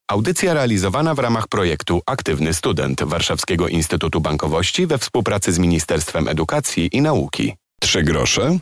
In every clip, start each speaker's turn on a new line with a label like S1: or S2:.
S1: Audycja realizowana w ramach projektu Aktywny Student Warszawskiego Instytutu Bankowości we współpracy z Ministerstwem Edukacji i Nauki. 3 grosze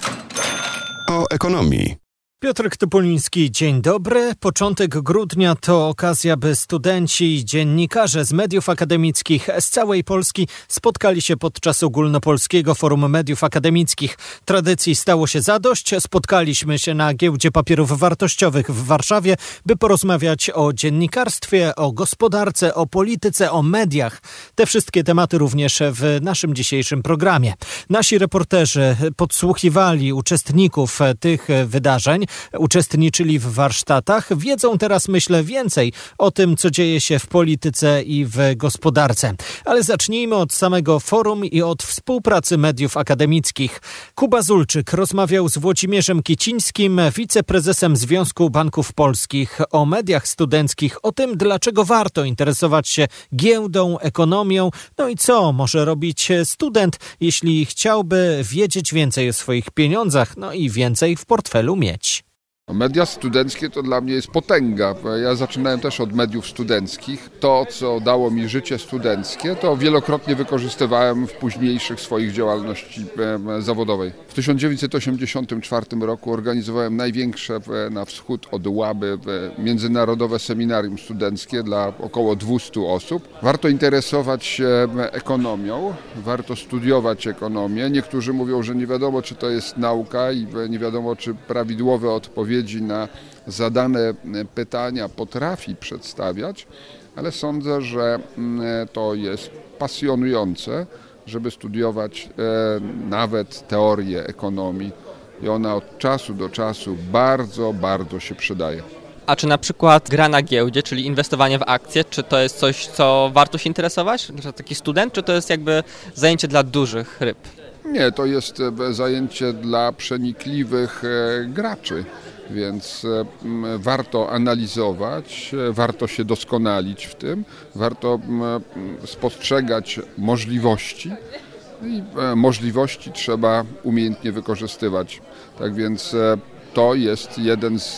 S1: o ekonomii.
S2: Piotr Topoliński, dzień dobry. Początek grudnia to okazja, by studenci i dziennikarze z mediów akademickich z całej Polski spotkali się podczas Ogólnopolskiego Forum Mediów Akademickich. Tradycji stało się zadość. Spotkaliśmy się na Giełdzie Papierów Wartościowych w Warszawie, by porozmawiać o dziennikarstwie, o gospodarce, o polityce, o mediach. Te wszystkie tematy również w naszym dzisiejszym programie. Nasi reporterzy podsłuchiwali uczestników tych wydarzeń, uczestniczyli w warsztatach, wiedzą teraz, myślę, więcej o tym, co dzieje się w polityce i w gospodarce. Ale zacznijmy od samego forum i od współpracy mediów akademickich. Kuba Zulczyk rozmawiał z Włodzimierzem Kicińskim, wiceprezesem Związku Banków Polskich, o mediach studenckich, o tym, dlaczego warto interesować się giełdą, ekonomią, no i co może robić student, jeśli chciałby wiedzieć więcej o swoich pieniądzach, no i więcej w portfelu mieć.
S3: Media studenckie to dla mnie jest potęga. Ja zaczynałem też od mediów studenckich. To, co dało mi życie studenckie, to wielokrotnie wykorzystywałem w późniejszych swoich działalności zawodowej. W 1984 roku organizowałem największe na wschód od Łaby międzynarodowe seminarium studenckie dla około 200 osób. Warto interesować się ekonomią, warto studiować ekonomię. Niektórzy mówią, że nie wiadomo, czy to jest nauka i nie wiadomo, czy prawidłowe odpowiedzi na zadane pytania potrafi przedstawiać, ale sądzę, że to jest pasjonujące, żeby studiować nawet teorię ekonomii i ona od czasu do czasu bardzo, bardzo się przydaje.
S4: A czy na przykład gra na giełdzie, czyli inwestowanie w akcje, czy to jest coś, co warto się interesować? Taki student, czy to jest jakby zajęcie dla dużych ryb?
S3: Nie, to jest zajęcie dla przenikliwych graczy, więc warto analizować, warto się doskonalić w tym, warto spostrzegać możliwości i możliwości trzeba umiejętnie wykorzystywać. Tak więc to jest jeden z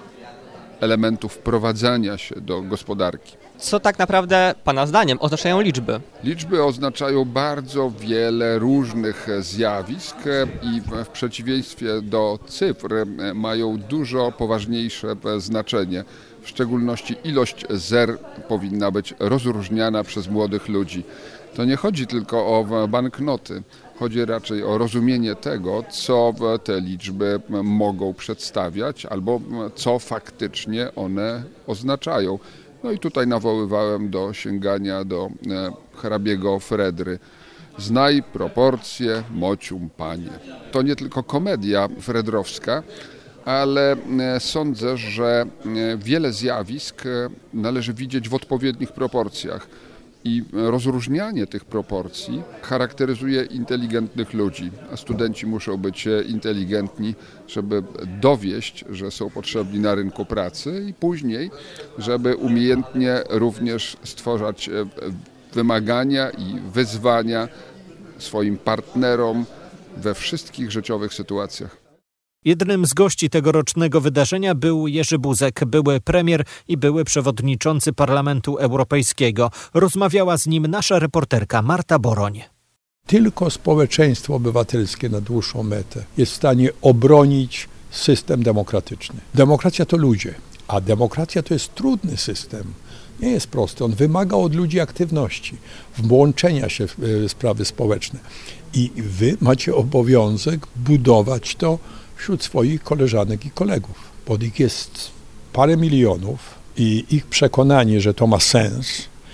S3: elementów wprowadzania się do gospodarki.
S4: Co tak naprawdę, Pana zdaniem, oznaczają liczby?
S3: Liczby oznaczają bardzo wiele różnych zjawisk i w przeciwieństwie do cyfr mają dużo poważniejsze znaczenie. W szczególności ilość zer powinna być rozróżniana przez młodych ludzi. To nie chodzi tylko o banknoty. Chodzi raczej o rozumienie tego, co te liczby mogą przedstawiać albo co faktycznie one oznaczają. No i tutaj nawoływałem do sięgania do hrabiego Fredry. Znaj proporcje, mocium panie. To nie tylko komedia fredrowska, ale sądzę, że wiele zjawisk należy widzieć w odpowiednich proporcjach. I rozróżnianie tych proporcji charakteryzuje inteligentnych ludzi, a studenci muszą być inteligentni, żeby dowieść, że są potrzebni na rynku pracy i później, żeby umiejętnie również stwarzać wymagania i wyzwania swoim partnerom we wszystkich życiowych sytuacjach.
S2: Jednym z gości tegorocznego wydarzenia był Jerzy Buzek, były premier i były przewodniczący Parlamentu Europejskiego. Rozmawiała z nim nasza reporterka Marta Boroń.
S5: Tylko społeczeństwo obywatelskie na dłuższą metę jest w stanie obronić system demokratyczny. Demokracja to ludzie, a demokracja to jest trudny system. Nie jest prosty, on wymaga od ludzi aktywności, włączenia się w sprawy społeczne. I wy macie obowiązek budować to wśród swoich koleżanek i kolegów, bo ich jest parę milionów i ich przekonanie, że to ma sens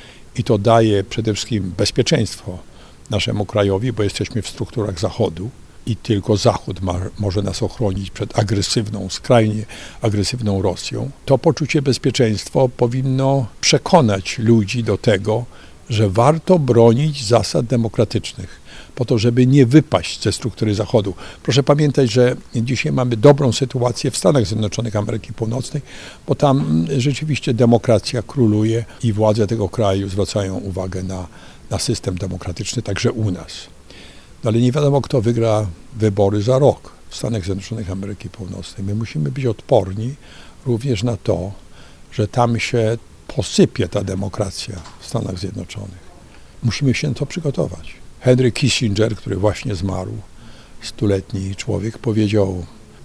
S5: i to daje przede wszystkim bezpieczeństwo naszemu krajowi, bo jesteśmy w strukturach Zachodu i tylko Zachód może nas ochronić przed skrajnie agresywną Rosją. To poczucie bezpieczeństwa powinno przekonać ludzi do tego, że warto bronić zasad demokratycznych, po to, żeby nie wypaść ze struktury Zachodu. Proszę pamiętać, że dzisiaj mamy dobrą sytuację w Stanach Zjednoczonych Ameryki Północnej, bo tam rzeczywiście demokracja króluje i władze tego kraju zwracają uwagę na system demokratyczny, także u nas. No ale nie wiadomo, kto wygra wybory za rok w Stanach Zjednoczonych Ameryki Północnej. My musimy być odporni również na to, że tam się posypie ta demokracja w Stanach Zjednoczonych. Musimy się na to przygotować. Henry Kissinger, który właśnie zmarł, 100-letni człowiek, powiedział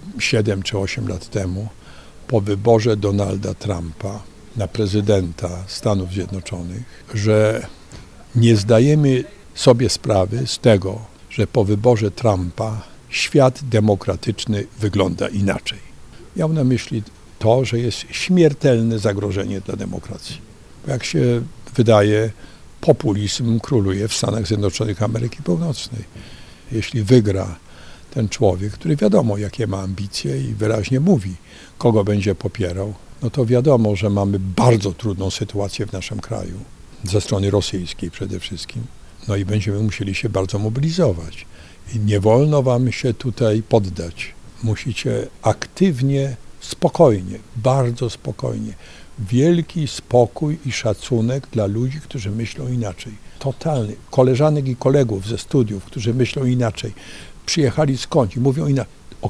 S5: 7 czy 8 lat temu, po wyborze Donalda Trumpa na prezydenta Stanów Zjednoczonych, że nie zdajemy sobie sprawy z tego, że po wyborze Trumpa świat demokratyczny wygląda inaczej. Miał na myśli to, że jest śmiertelne zagrożenie dla demokracji. Bo jak się wydaje, populizm króluje w Stanach Zjednoczonych Ameryki Północnej. Jeśli wygra ten człowiek, który wiadomo, jakie ma ambicje i wyraźnie mówi, kogo będzie popierał, no to wiadomo, że mamy bardzo trudną sytuację w naszym kraju, ze strony rosyjskiej przede wszystkim. No i będziemy musieli się bardzo mobilizować. I nie wolno wam się tutaj poddać. Musicie aktywnie, spokojnie, bardzo spokojnie. Wielki spokój i szacunek dla ludzi, którzy myślą inaczej. Totalny. Koleżanek i kolegów ze studiów, którzy myślą inaczej. Przyjechali skądś i mówią inaczej.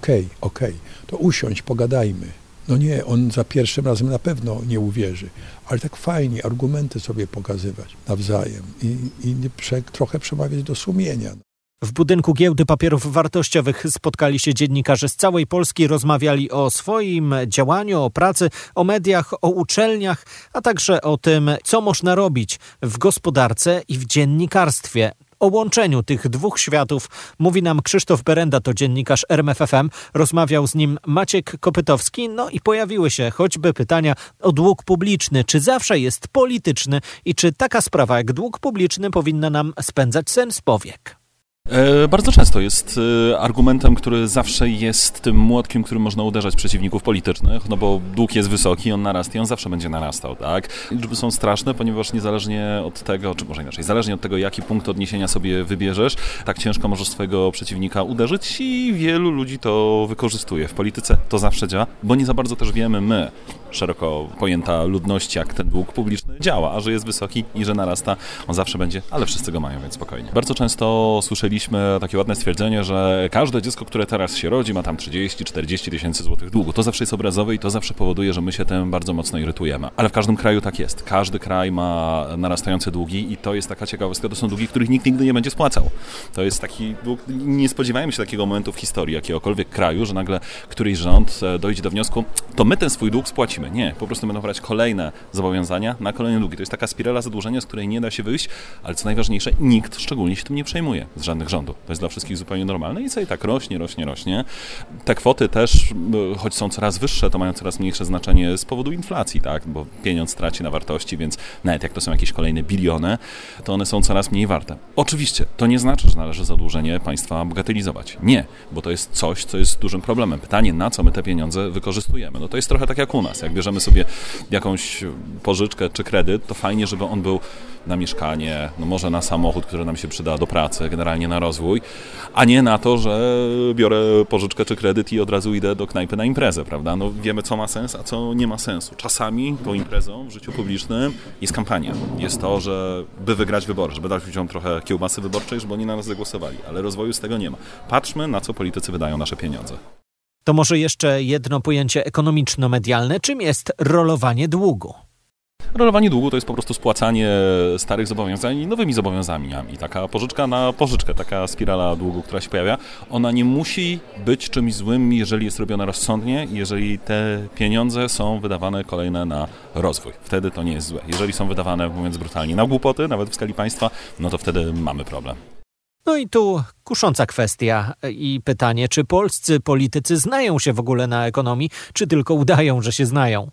S5: Okej, to usiądź, pogadajmy. No nie, on za pierwszym razem na pewno nie uwierzy, ale tak fajnie argumenty sobie pokazywać nawzajem i trochę przemawiać do sumienia.
S2: W budynku Giełdy Papierów Wartościowych spotkali się dziennikarze z całej Polski, rozmawiali o swoim działaniu, o pracy, o mediach, o uczelniach, a także o tym, co można robić w gospodarce i w dziennikarstwie. O łączeniu tych dwóch światów mówi nam Krzysztof Berenda, to dziennikarz RMFFM. Rozmawiał z nim Maciek Kopytowski, no i pojawiły się choćby pytania o dług publiczny. Czy zawsze jest polityczny i czy taka sprawa jak dług publiczny powinna nam spędzać sen z powiek?
S6: Bardzo często jest argumentem, który zawsze jest tym młotkiem, którym można uderzać przeciwników politycznych, no bo dług jest wysoki, on narasta i on zawsze będzie narastał, tak? Liczby są straszne, ponieważ niezależnie od tego, czy może inaczej, zależnie od tego, jaki punkt odniesienia sobie wybierzesz, tak ciężko możesz swojego przeciwnika uderzyć i wielu ludzi to wykorzystuje. W polityce to zawsze działa, bo nie za bardzo też wiemy my, szeroko pojęta ludność, jak ten dług publiczny działa, a że jest wysoki i że narasta, on zawsze będzie, ale wszyscy go mają, więc spokojnie. Bardzo często słyszeliśmy takie ładne stwierdzenie, że każde dziecko, które teraz się rodzi, ma tam 30-40 tysięcy złotych długu. To zawsze jest obrazowe i to zawsze powoduje, że my się tym bardzo mocno irytujemy. Ale w każdym kraju tak jest. Każdy kraj ma narastające długi i to jest taka ciekawostka, to są długi, których nikt nigdy nie będzie spłacał. To jest taki dług, nie spodziewajmy się takiego momentu w historii jakiegokolwiek kraju, że nagle któryś rząd dojdzie do wniosku, to my ten swój dług spłacimy. Nie, po prostu będą brać kolejne zobowiązania na kolejne długi. To jest taka spirala zadłużenia, z której nie da się wyjść, ale co najważniejsze, nikt szczególnie się tym nie przejmuje z żadnych rządów. To jest dla wszystkich zupełnie normalne i sobie tak rośnie. Te kwoty też, choć są coraz wyższe, to mają coraz mniejsze znaczenie z powodu inflacji, tak? Bo pieniądz traci na wartości, więc nawet jak to są jakieś kolejne biliony, to one są coraz mniej warte. Oczywiście, to nie znaczy, że należy zadłużenie państwa bagatelizować. Nie, bo to jest coś, co jest dużym problemem. Pytanie, na co my te pieniądze wykorzystujemy? No to jest trochę tak jak u nas. Jak bierzemy sobie jakąś pożyczkę czy kredyt, to fajnie, żeby on był na mieszkanie, no może na samochód, który nam się przyda do pracy, generalnie na rozwój, a nie na to, że biorę pożyczkę czy kredyt i od razu idę do knajpy na imprezę, prawda? No wiemy, co ma sens, a co nie ma sensu. Czasami tą imprezą w życiu publicznym jest kampania. Jest to, żeby wygrać wybory, żeby dać ludziom trochę kiełbasy wyborczej, żeby oni na nas zagłosowali, ale rozwoju z tego nie ma. Patrzmy, na co politycy wydają nasze pieniądze.
S2: To może jeszcze jedno pojęcie ekonomiczno-medialne. Czym jest rolowanie długu?
S6: Rolowanie długu to jest po prostu spłacanie starych zobowiązań nowymi zobowiązaniami. Taka pożyczka na pożyczkę, taka spirala długu, która się pojawia, ona nie musi być czymś złym, jeżeli jest robiona rozsądnie i jeżeli te pieniądze są wydawane kolejne na rozwój. Wtedy to nie jest złe. Jeżeli są wydawane, mówiąc brutalnie, na głupoty, nawet w skali państwa, no to wtedy mamy problem.
S2: No i tu kusząca kwestia i pytanie, czy polscy politycy znają się w ogóle na ekonomii, czy tylko udają, że się znają?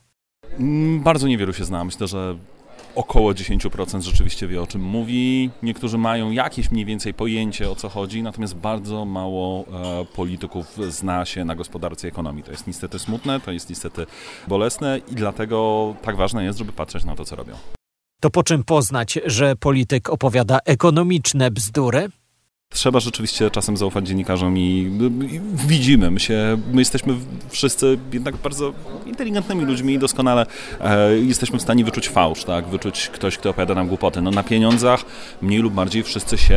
S6: Bardzo niewielu się zna. Myślę, że około 10% rzeczywiście wie, o czym mówi. Niektórzy mają jakieś mniej więcej pojęcie, o co chodzi, natomiast bardzo mało polityków zna się na gospodarce i ekonomii. To jest niestety smutne, to jest niestety bolesne i dlatego tak ważne jest, żeby patrzeć na to, co robią.
S2: To po czym poznać, że polityk opowiada ekonomiczne bzdury?
S6: Trzeba rzeczywiście czasem zaufać dziennikarzom i widzimy, my jesteśmy wszyscy jednak bardzo inteligentnymi ludźmi i doskonale jesteśmy w stanie wyczuć fałsz, tak? Wyczuć ktoś, kto opowiada nam głupoty. No na pieniądzach mniej lub bardziej wszyscy się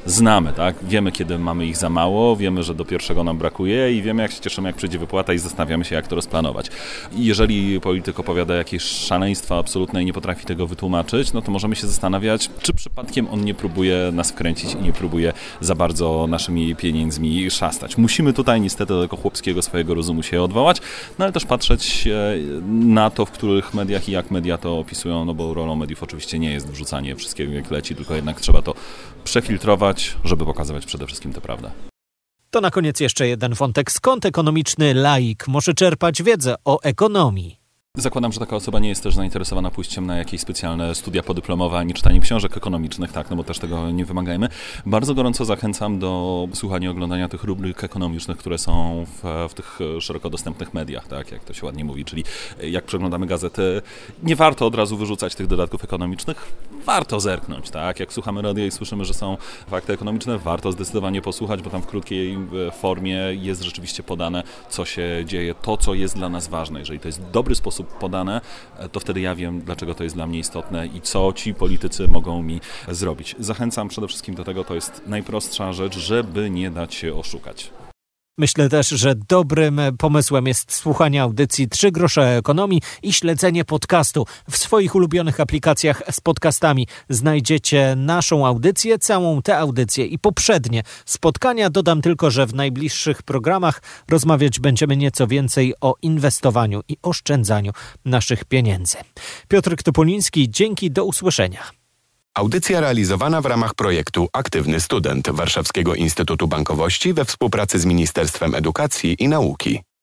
S6: znamy, tak? Wiemy, kiedy mamy ich za mało, wiemy, że do pierwszego nam brakuje i wiemy, jak się cieszymy, jak przyjdzie wypłata i zastanawiamy się, jak to rozplanować. I jeżeli polityk opowiada jakieś szaleństwa absolutne i nie potrafi tego wytłumaczyć, no to możemy się zastanawiać, czy przypadkiem on nie próbuje nas wkręcić i nie próbuje za bardzo naszymi pieniędzmi szastać. Musimy tutaj niestety do tego chłopskiego swojego rozumu się odwołać, no ale też patrzeć na to, w których mediach i jak media to opisują, no bo rolą mediów oczywiście nie jest wrzucanie wszystkiego jak leci, tylko jednak trzeba to przefiltrować, żeby pokazywać przede wszystkim tę prawdę.
S2: To na koniec jeszcze jeden wątek. Skąd ekonomiczny laik może czerpać wiedzę o ekonomii?
S6: Zakładam, że taka osoba nie jest też zainteresowana pójściem na jakieś specjalne studia podyplomowe, ani czytaniem książek ekonomicznych, tak, no bo też tego nie wymagajmy. Bardzo gorąco zachęcam do słuchania i oglądania tych rubryk ekonomicznych, które są w tych szeroko dostępnych mediach, tak, jak to się ładnie mówi, czyli jak przeglądamy gazety, nie warto od razu wyrzucać tych dodatków ekonomicznych, warto zerknąć, tak, jak słuchamy radia i słyszymy, że są fakty ekonomiczne, warto zdecydowanie posłuchać, bo tam w krótkiej formie jest rzeczywiście podane, co się dzieje, to, co jest dla nas ważne. Jeżeli to jest dobry sposób podane, to wtedy ja wiem, dlaczego to jest dla mnie istotne i co ci politycy mogą mi zrobić. Zachęcam przede wszystkim do tego, to jest najprostsza rzecz, żeby nie dać się oszukać.
S2: Myślę też, że dobrym pomysłem jest słuchanie audycji 3 grosze ekonomii i śledzenie podcastu. W swoich ulubionych aplikacjach z podcastami znajdziecie naszą audycję, całą tę audycję i poprzednie spotkania. Dodam tylko, że w najbliższych programach rozmawiać będziemy nieco więcej o inwestowaniu i oszczędzaniu naszych pieniędzy. Piotr Topoliński, dzięki, do usłyszenia.
S1: Audycja realizowana w ramach projektu Aktywny Student Warszawskiego Instytutu Bankowości we współpracy z Ministerstwem Edukacji i Nauki.